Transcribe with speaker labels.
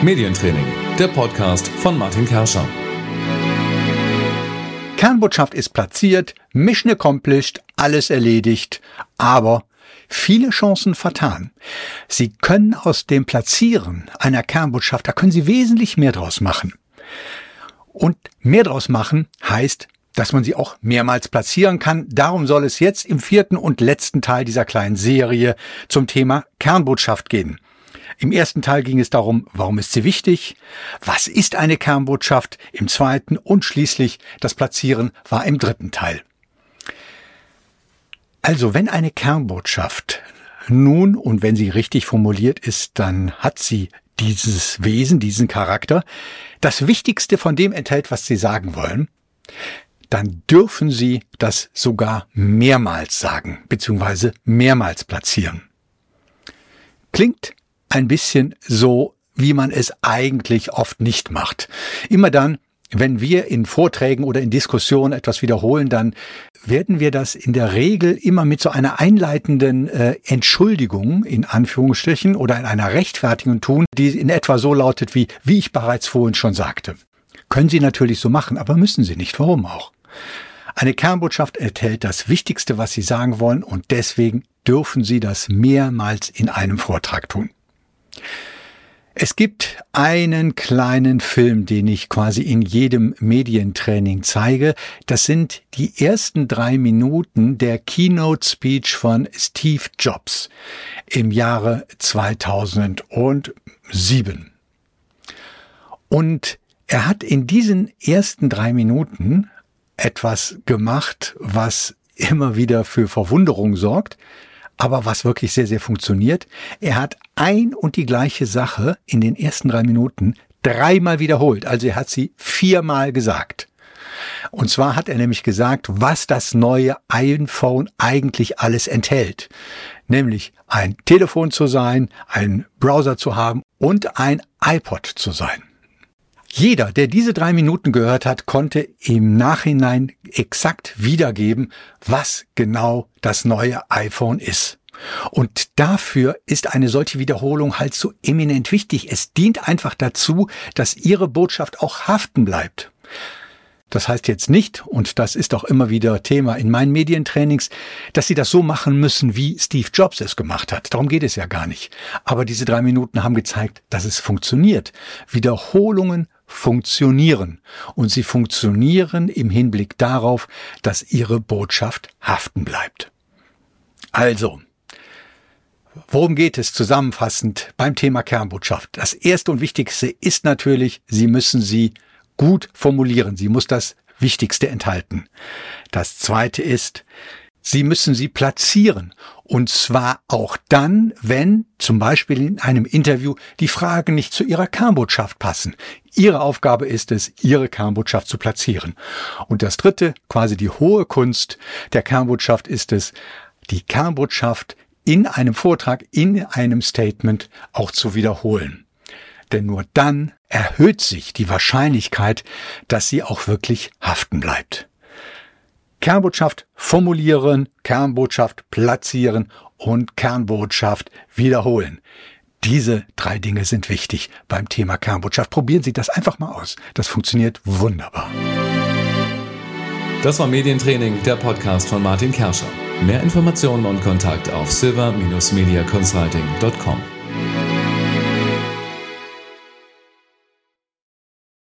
Speaker 1: Medientraining, der Podcast von Martin Kerscher.
Speaker 2: Kernbotschaft ist platziert, Mission accomplished, alles erledigt, aber viele Chancen vertan. Sie können aus dem Platzieren einer Kernbotschaft, da können Sie wesentlich mehr draus machen. Und mehr draus machen heißt, dass man sie auch mehrmals platzieren kann. Darum soll es jetzt im 4. und letzten Teil dieser kleinen Serie zum Thema Kernbotschaft gehen. Im ersten Teil ging es darum, warum ist sie wichtig? Was ist eine Kernbotschaft? Im 2. und schließlich das Platzieren war im 3. Teil. Also, wenn eine Kernbotschaft nun und wenn sie richtig formuliert ist, dann hat sie dieses Wesen, diesen Charakter, das Wichtigste von dem enthält, was Sie sagen wollen, dann dürfen Sie das sogar mehrmals sagen, beziehungsweise mehrmals platzieren. Klingt ein bisschen so, wie man es eigentlich oft nicht macht. Immer dann, wenn wir in Vorträgen oder in Diskussionen etwas wiederholen, dann werden wir das in der Regel immer mit so einer einleitenden Entschuldigung in Anführungsstrichen oder in einer Rechtfertigung tun, die in etwa so lautet wie ich bereits vorhin schon sagte. Können Sie natürlich so machen, aber müssen Sie nicht. Warum auch? Eine Kernbotschaft enthält das Wichtigste, was Sie sagen wollen, und deswegen dürfen Sie das mehrmals in einem Vortrag tun. Es gibt einen kleinen Film, den ich quasi in jedem Medientraining zeige. Das sind die ersten 3 Minuten der Keynote Speech von Steve Jobs im Jahre 2007. Und er hat in diesen ersten 3 Minuten etwas gemacht, was immer wieder für Verwunderung sorgt, aber was wirklich sehr, sehr funktioniert. Er hat ein und die gleiche Sache in den ersten 3 Minuten 3-mal wiederholt. Also er hat sie 4-mal gesagt. Und zwar hat er nämlich gesagt, was das neue iPhone eigentlich alles enthält. Nämlich ein Telefon zu sein, einen Browser zu haben und ein iPod zu sein. Jeder, der diese 3 Minuten gehört hat, konnte im Nachhinein exakt wiedergeben, was genau das neue iPhone ist. Und dafür ist eine solche Wiederholung halt so eminent wichtig. Es dient einfach dazu, dass Ihre Botschaft auch haften bleibt. Das heißt jetzt nicht, und das ist auch immer wieder Thema in meinen Medientrainings, dass Sie das so machen müssen, wie Steve Jobs es gemacht hat. Darum geht es ja gar nicht. Aber diese 3 Minuten haben gezeigt, dass es funktioniert. Wiederholungen funktionieren. Und sie funktionieren im Hinblick darauf, dass Ihre Botschaft haften bleibt. Also, worum geht es zusammenfassend beim Thema Kernbotschaft? Das erste und wichtigste ist natürlich, Sie müssen sie gut formulieren. Sie muss das Wichtigste enthalten. Das zweite ist, Sie müssen sie platzieren. Und zwar auch dann, wenn zum Beispiel in einem Interview die Fragen nicht zu Ihrer Kernbotschaft passen. Ihre Aufgabe ist es, Ihre Kernbotschaft zu platzieren. Und das dritte, quasi die hohe Kunst der Kernbotschaft ist es, die Kernbotschaft in einem Vortrag, in einem Statement auch zu wiederholen. Denn nur dann erhöht sich die Wahrscheinlichkeit, dass sie auch wirklich haften bleibt. Kernbotschaft formulieren, Kernbotschaft platzieren und Kernbotschaft wiederholen. Diese 3 Dinge sind wichtig beim Thema Kernbotschaft. Probieren Sie das einfach mal aus. Das funktioniert wunderbar.
Speaker 1: Das war Medientraining, der Podcast von Martin Kerscher. Mehr Informationen und Kontakt auf silver-mediaconsulting.com.